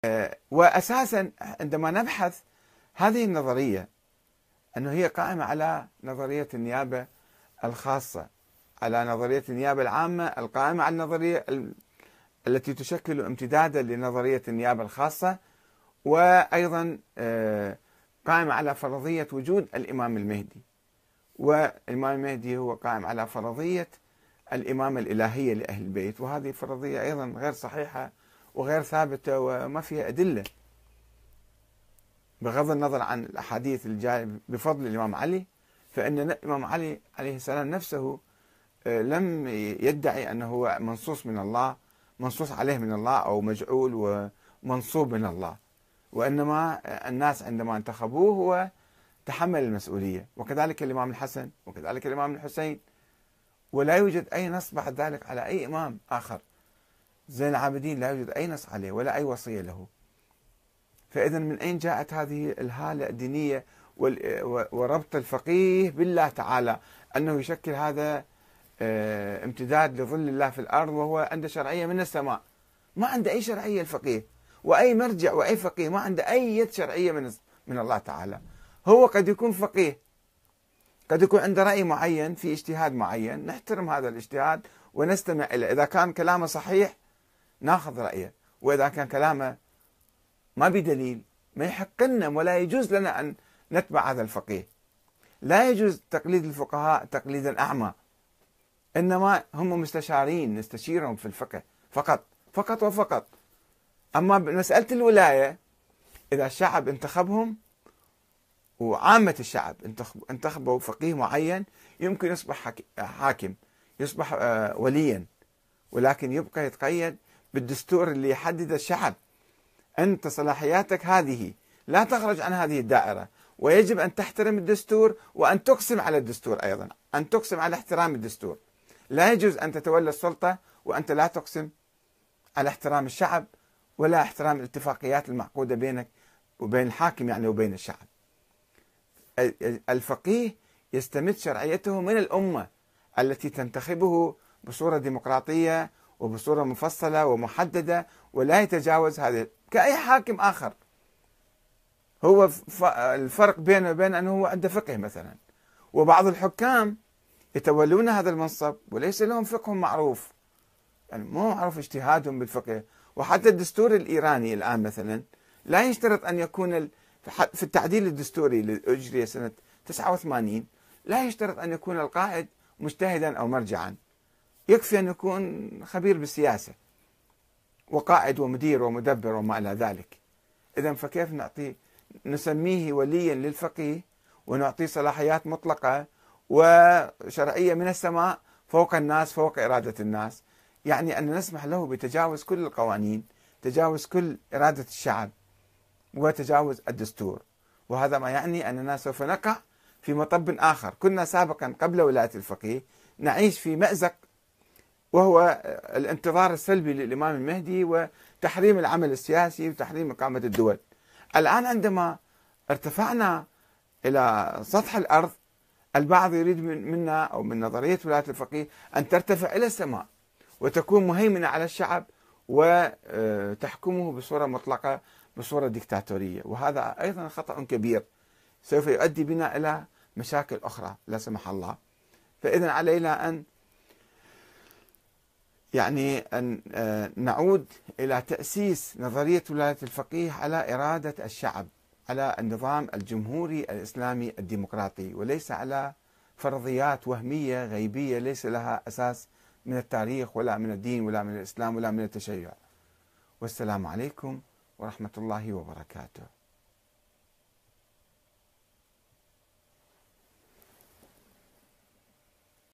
وأساسا عندما نبحث هذه النظرية أنه هي قائمة على نظرية النيابة الخاصة، على نظرية النيابة العامة القائمة على النظرية التي تشكل امتدادا لنظرية النيابة الخاصة، وأيضا قائمة على فرضية وجود الإمام المهدي، والإمام المهدي هو قائم على فرضية الإمامة الإلهية لأهل البيت، وهذه فرضية أيضا غير صحيحة وغير ثابتة وما فيها أدلة، بغض النظر عن الأحاديث الجاية بفضل الإمام علي. فإن الإمام علي عليه السلام نفسه لم يدعي أنه هو منصوص من الله، منصوص عليه من الله أو مجعول ومنصوب من الله، وإنما الناس عندما انتخبوه هو تحمل المسؤولية، وكذلك الإمام الحسن وكذلك الإمام الحسين، ولا يوجد أي نص بعد ذلك على أي إمام آخر. زين العابدين لا يوجد أي نص عليه ولا أي وصية له. فإذا من أين جاءت هذه الهالة الدينية وربط الفقيه بالله تعالى، أنه يشكل هذا امتداد لظل الله في الأرض، وهو عنده شرعية من السماء؟ ما عنده أي شرعية الفقيه، وأي مرجع وأي فقيه ما عنده أي شرعية من الله تعالى. هو قد يكون فقيه، قد يكون عنده رأي معين في اجتهاد معين، نحترم هذا الاجتهاد ونستمع إليه، إذا كان كلامه صحيح ناخذ رأيه، وإذا كان كلامه ما بدليل ما يحق لنا ولا يجوز لنا أن نتبع هذا الفقيه. لا يجوز تقليد الفقهاء تقليدا أعمى، إنما هم مستشارين نستشيرهم في الفقه فقط فقط وفقط. أما بمسألة الولاية، إذا الشعب انتخبهم وعامة الشعب انتخبوا فقيه معين، يمكن يصبح حاكم، يصبح وليا، ولكن يبقى يتقيد بالدستور اللي يحدد الشعب. أنت صلاحياتك هذه، لا تخرج عن هذه الدائرة، ويجب أن تحترم الدستور وأن تقسم على الدستور، أيضا أن تقسم على احترام الدستور. لا يجوز أن تتولى السلطة وأنت لا تقسم على احترام الشعب ولا احترام الاتفاقيات المعقودة بينك وبين الحاكم يعني وبين الشعب. الفقيه يستمد شرعيته من الأمة التي تنتخبه بصورة ديمقراطية وبصورة مفصلة ومحددة، ولا يتجاوز هذا كأي حاكم آخر. هو الفرق بينه وبين أنه هو عنده فقه مثلا، وبعض الحكام يتولون هذا المنصب وليس لهم فقه معروف، يعني مو معروف اجتهادهم بالفقه. وحتى الدستور الإيراني الآن مثلا لا يشترط أن يكون في التعديل الدستوري اللي أجري سنة 89 لا يشترط أن يكون القائد مجتهدا أو مرجعا، يكفي أن يكون خبير بالسياسة وقائد ومدير ومدبر وما إلى ذلك. إذا فكيف نسميه وليا للفقيه ونعطيه صلاحيات مطلقة وشرعية من السماء فوق الناس، فوق إرادة الناس؟ يعني أن نسمح له بتجاوز كل القوانين، تجاوز كل إرادة الشعب وتجاوز الدستور. وهذا ما يعني أننا سوف نقع في مطب آخر. كنا سابقا قبل ولاية الفقيه نعيش في مأزق، وهو الانتظار السلبي للإمام المهدي وتحريم العمل السياسي وتحريم إقامة الدول. الآن عندما ارتفعنا إلى سطح الأرض، البعض يريد منا أو من نظرية ولاية الفقيه أن ترتفع إلى السماء وتكون مهيمنة على الشعب وتحكمه بصورة مطلقة، بصورة ديكتاتورية. وهذا أيضا خطأ كبير سوف يؤدي بنا إلى مشاكل أخرى لا سمح الله. فإذا علينا أن نعود إلى تأسيس نظرية ولاية الفقيه على إرادة الشعب، على النظام الجمهوري الإسلامي الديمقراطي، وليس على فرضيات وهمية غيبية ليس لها أساس من التاريخ ولا من الدين ولا من الإسلام ولا من التشيع. والسلام عليكم ورحمة الله وبركاته.